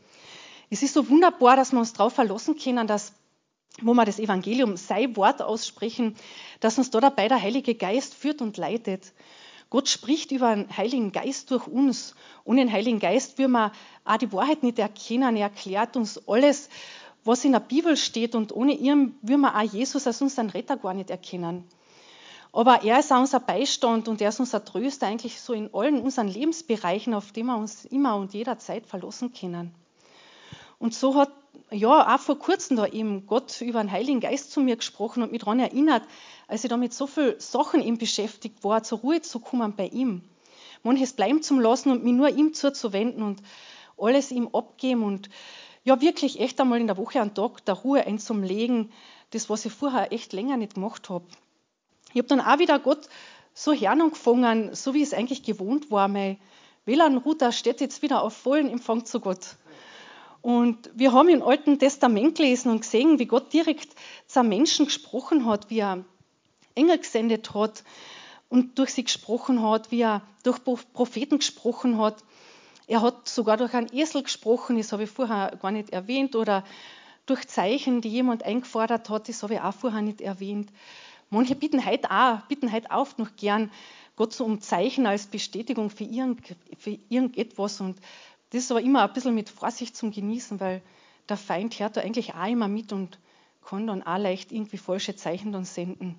Es ist so wunderbar, dass wir uns darauf verlassen können, dass, wo wir das Evangelium, sein Wort aussprechen, dass uns da dabei der Heilige Geist führt und leitet. Gott spricht über den Heiligen Geist durch uns. Ohne den Heiligen Geist würden wir auch die Wahrheit nicht erkennen. Er erklärt uns alles, was in der Bibel steht und ohne ihn würden wir auch Jesus als unseren Retter gar nicht erkennen. Aber er ist auch unser Beistand und er ist unser Tröster eigentlich so in allen unseren Lebensbereichen, auf die wir uns immer und jederzeit verlassen können. Und so hat auch vor kurzem da eben Gott über den Heiligen Geist zu mir gesprochen und mich daran erinnert, als ich da mit so vielen Sachen eben beschäftigt war, zur Ruhe zu kommen bei ihm. Manches bleiben zu lassen und mich nur ihm zuzuwenden und alles ihm abgeben und ja wirklich echt einmal in der Woche einen Tag der Ruhe einzulegen, das, was ich vorher echt länger nicht gemacht habe. Ich habe dann auch wieder Gott so angefangen, so wie es eigentlich gewohnt war. Mein WLAN-Router steht jetzt wieder auf vollen Empfang zu Gott. Und wir haben im Alten Testament gelesen und gesehen, wie Gott direkt zu einem Menschen gesprochen hat, wie er Engel gesendet hat und durch sie gesprochen hat, wie er durch Propheten gesprochen hat. Er hat sogar durch einen Esel gesprochen, das habe ich vorher gar nicht erwähnt, oder durch Zeichen, die jemand eingefordert hat, das habe ich auch vorher nicht erwähnt. Manche bitten heute auch noch gern Gott so um Zeichen als Bestätigung für irgendetwas. Und das ist aber immer ein bisschen mit Vorsicht zum Genießen, weil der Feind hört da eigentlich auch immer mit und kann dann auch leicht irgendwie falsche Zeichen dann senden.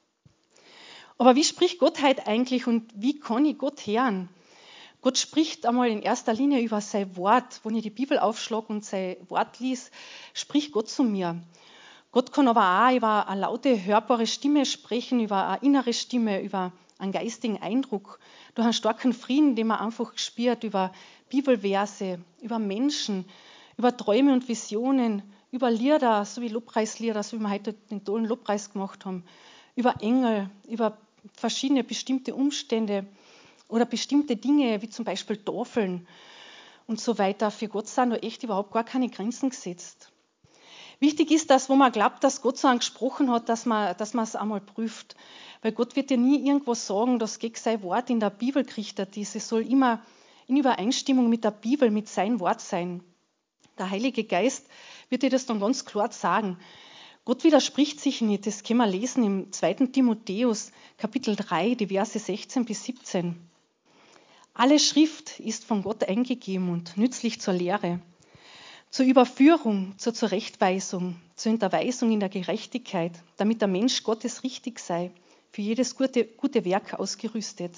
Aber wie spricht Gott heute eigentlich und wie kann ich Gott hören? Gott spricht einmal in erster Linie über sein Wort. Wenn ich die Bibel aufschlage und sein Wort lies, spricht Gott zu mir. Gott kann aber auch über eine laute, hörbare Stimme sprechen, über eine innere Stimme, über einen geistigen Eindruck, durch einen starken Frieden, den man einfach spürt, über Bibelverse, über Menschen, über Träume und Visionen, über Lieder, so wie Lobpreislieder, so wie wir heute den tollen Lobpreis gemacht haben, über Engel, über verschiedene bestimmte Umstände oder bestimmte Dinge, wie zum Beispiel Tafeln und so weiter. Für Gott sind da echt überhaupt gar keine Grenzen gesetzt. Wichtig ist, dass, wo man glaubt, dass Gott so angesprochen hat, dass man es einmal prüft. Weil Gott wird dir nie irgendwas sagen, das gegen sein Wort in der Bibel gerichtet ist. Es soll immer in Übereinstimmung mit der Bibel, mit seinem Wort sein. Der Heilige Geist wird dir das dann ganz klar sagen. Gott widerspricht sich nicht. Das können wir lesen im 2. Timotheus, Kapitel 3, die Verse 16 bis 17. Alle Schrift ist von Gott eingegeben und nützlich zur Lehre, zur Überführung, zur Zurechtweisung, zur Unterweisung in der Gerechtigkeit, damit der Mensch Gottes richtig sei, für jedes gute Werk ausgerüstet.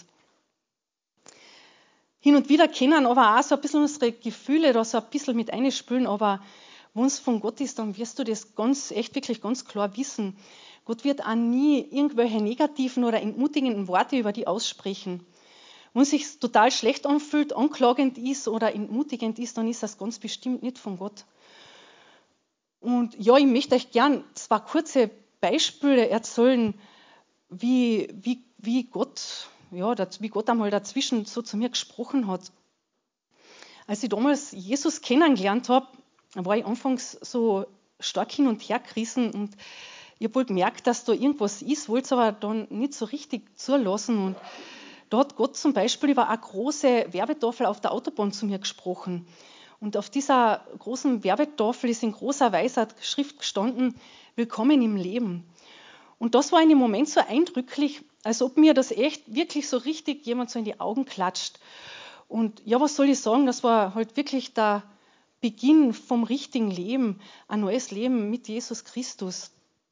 Hin und wieder können aber auch so ein bisschen unsere Gefühle da so ein bisschen mit einspülen, aber wenn es von Gott ist, dann wirst du das wirklich ganz klar wissen. Gott wird auch nie irgendwelche negativen oder entmutigenden Worte über die aussprechen. Wenn es sich total schlecht anfühlt, anklagend ist oder entmutigend ist, dann ist das ganz bestimmt nicht von Gott. Und ja, ich möchte euch gern 2 kurze Beispiele erzählen, wie Gott einmal dazwischen so zu mir gesprochen hat. Als ich damals Jesus kennengelernt habe, war ich anfangs so stark hin und her gerissen und ich habe wohl gemerkt, dass da irgendwas ist, wollte es aber dann nicht so richtig zulassen. Und da hat Gott zum Beispiel über eine große Werbetafel auf der Autobahn zu mir gesprochen. Und auf dieser großen Werbetafel ist in großer weißer Schrift gestanden, Willkommen im Leben. Und das war in dem Moment so eindrücklich, als ob mir das echt wirklich so richtig jemand so in die Augen klatscht. Und ja, was soll ich sagen, das war halt wirklich der Beginn vom richtigen Leben, ein neues Leben mit Jesus Christus.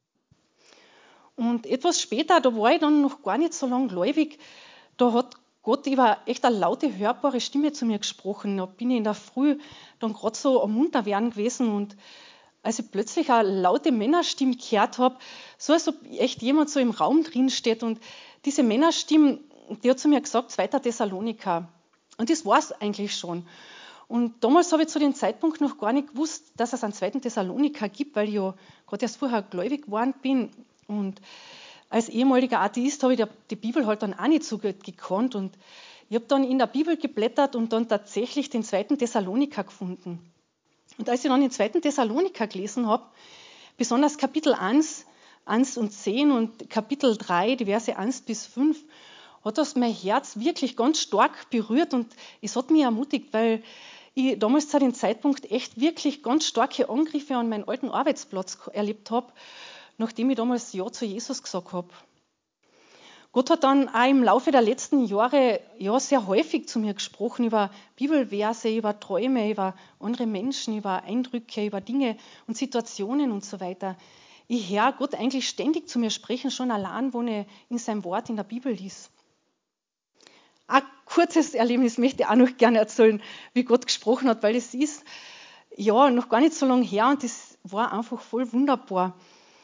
Und etwas später, da war ich dann noch gar nicht so lang gläubig, da hat Gott über echt eine laute, hörbare Stimme zu mir gesprochen. Da bin ich in der Früh dann gerade so am Munterwerden gewesen und als ich plötzlich eine laute Männerstimme gehört habe, so als ob echt jemand so im Raum drin steht. Und diese Männerstimme, die hat zu mir gesagt, 2. Thessaloniker. Und das war es eigentlich schon. Und damals habe ich zu dem Zeitpunkt noch gar nicht gewusst, dass es einen 2. Thessaloniker gibt, weil ich ja gerade erst vorher gläubig geworden bin. Und als ehemaliger Atheist habe ich die Bibel halt dann auch nicht so gut gekannt. Und ich habe dann in der Bibel geblättert und dann tatsächlich den 2. Thessaloniker gefunden. Und als ich dann den 2. Thessaloniker gelesen habe, besonders Kapitel 1 und 10 und Kapitel 3, die Verse 1 bis 5, hat das mein Herz wirklich ganz stark berührt und es hat mich ermutigt, weil ich damals zu dem Zeitpunkt echt wirklich ganz starke Angriffe an meinen alten Arbeitsplatz erlebt habe, nachdem ich damals Ja zu Jesus gesagt habe. Gott hat dann auch im Laufe der letzten Jahre sehr häufig zu mir gesprochen über Bibelverse, über Träume, über andere Menschen, über Eindrücke, über Dinge und Situationen und so weiter. Ich höre Gott eigentlich ständig zu mir sprechen, schon allein, wo er in seinem Wort in der Bibel liest. Ein kurzes Erlebnis möchte ich auch noch gerne erzählen, wie Gott gesprochen hat, weil es ist ja noch gar nicht so lange her und das war einfach voll wunderbar.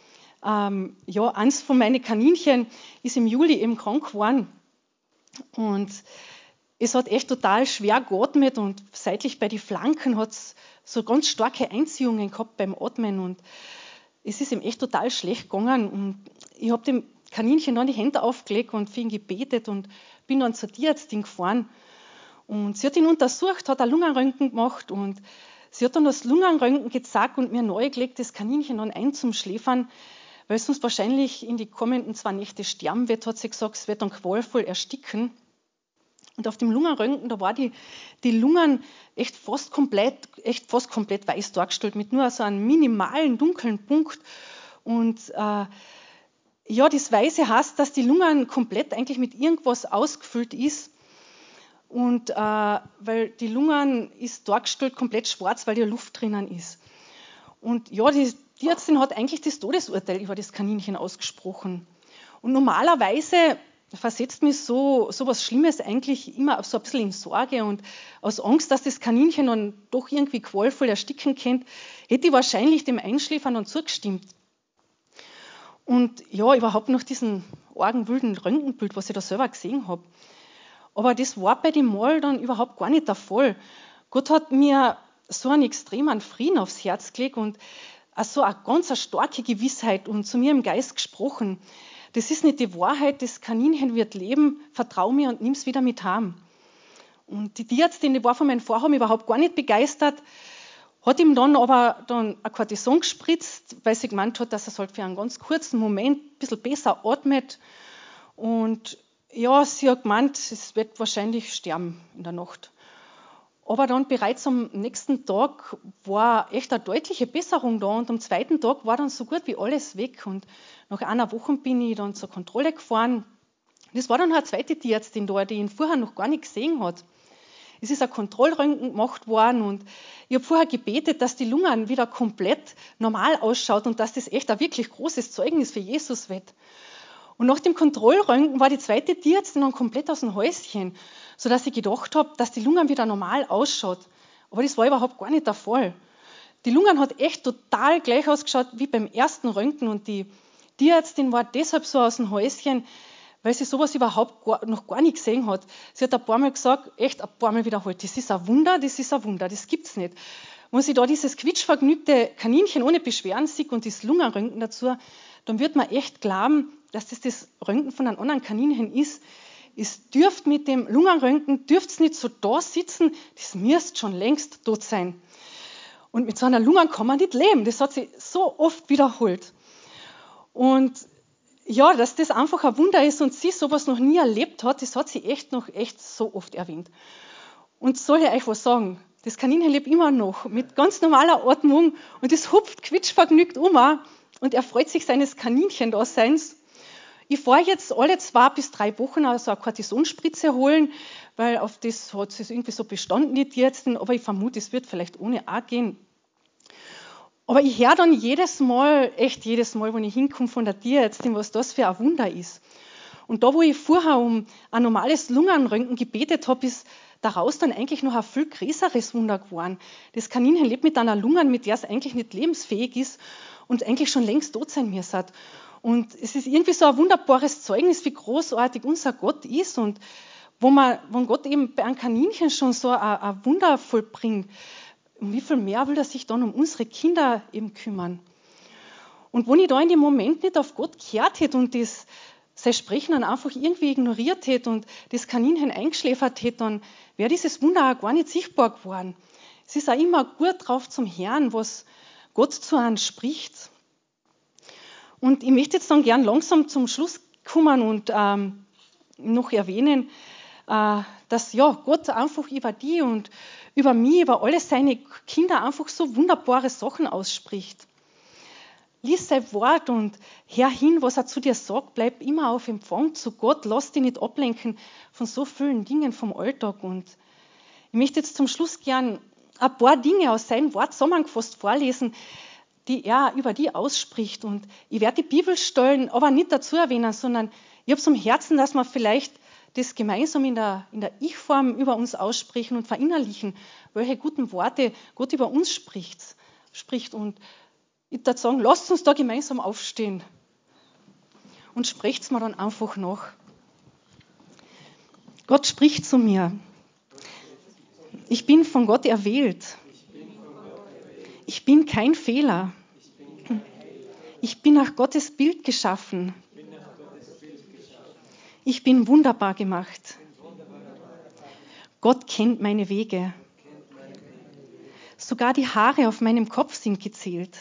Eins von meinen Kaninchen ist im Juli eben krank geworden und es hat echt total schwer geatmet und seitlich bei den Flanken hat es so ganz starke Einziehungen gehabt beim Atmen und es ist ihm echt total schlecht gegangen und ich habe dem Kaninchen dann die Hände aufgelegt und für ihn gebetet und bin dann zur Tierärztin gefahren und sie hat ihn untersucht, hat ein Lungenröntgen gemacht und sie hat dann das Lungenröntgen gezeigt und mir nahegelegt, das Kaninchen dann einzuschläfern, weil es sonst wahrscheinlich in die kommenden 2 Nächte sterben wird, hat sie gesagt, es wird dann qualvoll ersticken. Und auf dem Lungenröntgen, da war die Lungen echt fast komplett weiß dargestellt, mit nur so einem minimalen dunklen Punkt. Und das Weiße heißt, dass die Lungen komplett eigentlich mit irgendwas ausgefüllt ist. Und weil die Lungen ist dargestellt komplett schwarz, weil da Luft drinnen ist. Und ja, die Ärztin hat eigentlich das Todesurteil über das Kaninchen ausgesprochen. Und normalerweise versetzt mich so was Schlimmes eigentlich immer so ein bisschen in Sorge und aus Angst, dass das Kaninchen dann doch irgendwie qualvoll ersticken könnte, hätte ich wahrscheinlich dem Einschläfern dann zugestimmt. Und ja, überhaupt noch diesen argen, wilden Röntgenbild, was ich da selber gesehen habe. Aber das war bei dem Mal dann überhaupt gar nicht der Fall. Gott hat mir so einen extremen Frieden aufs Herz gelegt und also eine ganz starke Gewissheit und zu mir im Geist gesprochen. Das ist nicht die Wahrheit, das Kaninchen wird leben, vertrau mir und nimm's wieder mit heim. Und die Tierärztin, die war von meinem Vorhaben überhaupt gar nicht begeistert, hat ihm dann aber ein Cortison gespritzt, weil sie gemeint hat, dass er halt für einen ganz kurzen Moment ein bisschen besser atmet. Und ja, sie hat gemeint, es wird wahrscheinlich sterben in der Nacht. Aber dann bereits am nächsten Tag war echt eine deutliche Besserung da und am zweiten Tag war dann so gut wie alles weg und nach einer Woche bin ich dann zur Kontrolle gefahren. Das war dann eine zweite Tierärztin da, die ihn vorher noch gar nicht gesehen hat. Es ist ein Kontrollröntgen gemacht worden und ich habe vorher gebetet, dass die Lungen wieder komplett normal ausschaut und dass das echt ein wirklich großes Zeugnis für Jesus wird. Und nach dem Kontrollröntgen war die zweite Tierärztin dann komplett aus dem Häuschen, sodass ich gedacht habe, dass die Lungen wieder normal ausschaut. Aber das war überhaupt gar nicht der Fall. Die Lungen hat echt total gleich ausgeschaut wie beim ersten Röntgen und die Tierärztin war deshalb so aus dem Häuschen, weil sie sowas überhaupt noch gar nicht gesehen hat. Sie hat ein paar Mal gesagt, echt ein paar Mal wiederholt, das ist ein Wunder, das gibt's nicht. Wenn sie da dieses quietschvergnügte Kaninchen ohne Beschwerden sieht und das Lungenröntgen dazu, dann wird man echt glauben, dass das Röntgen von einem anderen Kaninchen ist. Es dürft mit dem Lungenröntgen, dürft's nicht so da sitzen, das müsst schon längst tot sein. Und mit so einer Lunge kann man nicht leben. Das hat sie so oft wiederholt. Und ja, dass das einfach ein Wunder ist und sie sowas noch nie erlebt hat, das hat sie echt so oft erwähnt. Und soll ich euch was sagen? Das Kaninchen lebt immer noch mit ganz normaler Atmung und es hupft quietschvergnügt und er freut sich seines Kaninchendaseins. Ich fahre jetzt alle 2 bis 3 Wochen also eine Cortisonspritze holen, weil auf das hat es irgendwie so bestanden, die Tierärztin, aber ich vermute, es wird vielleicht ohne auch gehen. Aber ich höre dann jedes Mal, wenn ich hinkomme von der Tierärztin, was das für ein Wunder ist. Und da, wo ich vorher um ein normales Lungenröntgen gebetet habe, ist daraus dann eigentlich noch ein viel größeres Wunder geworden. Das Kaninchen lebt mit einer Lunge, mit der es eigentlich nicht lebensfähig ist und eigentlich schon längst tot sein müsste. Und es ist irgendwie so ein wunderbares Zeugnis, wie großartig unser Gott ist und wenn Gott eben bei einem Kaninchen schon so ein Wunder vollbringt, um wie viel mehr will er sich dann um unsere Kinder eben kümmern. Und wenn ich da in dem Moment nicht auf Gott gehört hätte und sein Sprechen dann einfach irgendwie ignoriert hätte und das Kaninchen eingeschläfert hätte, dann wäre dieses Wunder auch gar nicht sichtbar geworden. Es ist auch immer gut drauf zum Hören, was Gott zu einem spricht. Und ich möchte jetzt dann gern langsam zum Schluss kommen und noch erwähnen, dass ja, Gott einfach über die und über mich, über alle seine Kinder einfach so wunderbare Sachen ausspricht. Lies sein Wort und hör hin, was er zu dir sagt. Bleib immer auf Empfang zu Gott. Lass dich nicht ablenken von so vielen Dingen vom Alltag. Und ich möchte jetzt zum Schluss gern ein paar Dinge aus seinem Wort zusammengefasst vorlesen, die er über die ausspricht. Und ich werde die Bibelstellen aber nicht dazu erwähnen, sondern ich habe es am Herzen, dass wir vielleicht das gemeinsam in der Ich-Form über uns aussprechen und verinnerlichen, welche guten Worte Gott über uns spricht. Und ich würde sagen, lasst uns da gemeinsam aufstehen und sprecht es mir dann einfach nach. Gott spricht zu mir. Ich bin von Gott erwählt. Ich bin kein Fehler. Ich bin nach Gottes Bild geschaffen. Ich bin wunderbar gemacht. Gott kennt meine Wege. Sogar die Haare auf meinem Kopf sind gezählt.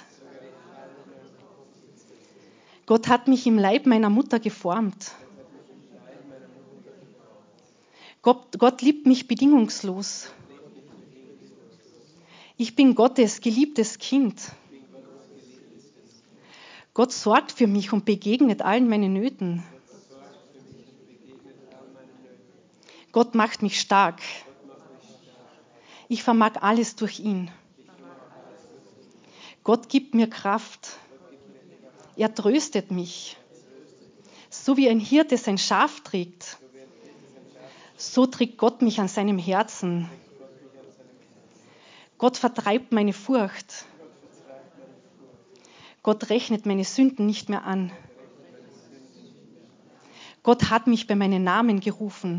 Gott hat mich im Leib meiner Mutter geformt. Gott liebt mich bedingungslos. Ich bin Gottes geliebtes Kind. Gott sorgt für mich und begegnet allen meinen Nöten. Gott macht mich stark. Ich vermag alles durch ihn. Gott gibt mir Kraft. Er tröstet mich. So wie ein Hirte sein Schaf trägt, so trägt Gott mich an seinem Herzen. Gott vertreibt meine Furcht. Gott rechnet meine Sünden nicht mehr an. Gott hat mich bei meinem Namen gerufen.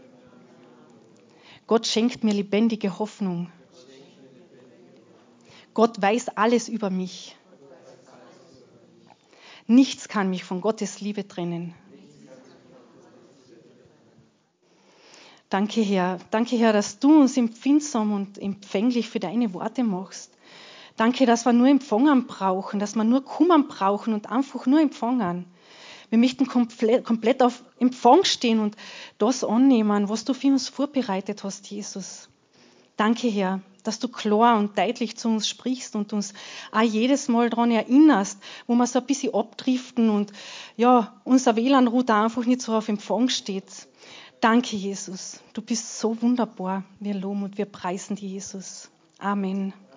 Gott schenkt mir lebendige Hoffnung. Gott weiß alles über mich. Nichts kann mich von Gottes Liebe trennen. Danke, Herr, dass du uns empfindsam und empfänglich für deine Worte machst. Danke, dass wir nur empfangen brauchen, dass wir nur kommen brauchen und einfach nur empfangen. Wir möchten komplett auf Empfang stehen und das annehmen, was du für uns vorbereitet hast, Jesus. Danke, Herr, dass du klar und deutlich zu uns sprichst und uns auch jedes Mal daran erinnerst, wo wir so ein bisschen abdriften und ja, unser WLAN-Router einfach nicht so auf Empfang steht. Danke, Jesus. Du bist so wunderbar. Wir loben und wir preisen dich, Jesus. Amen.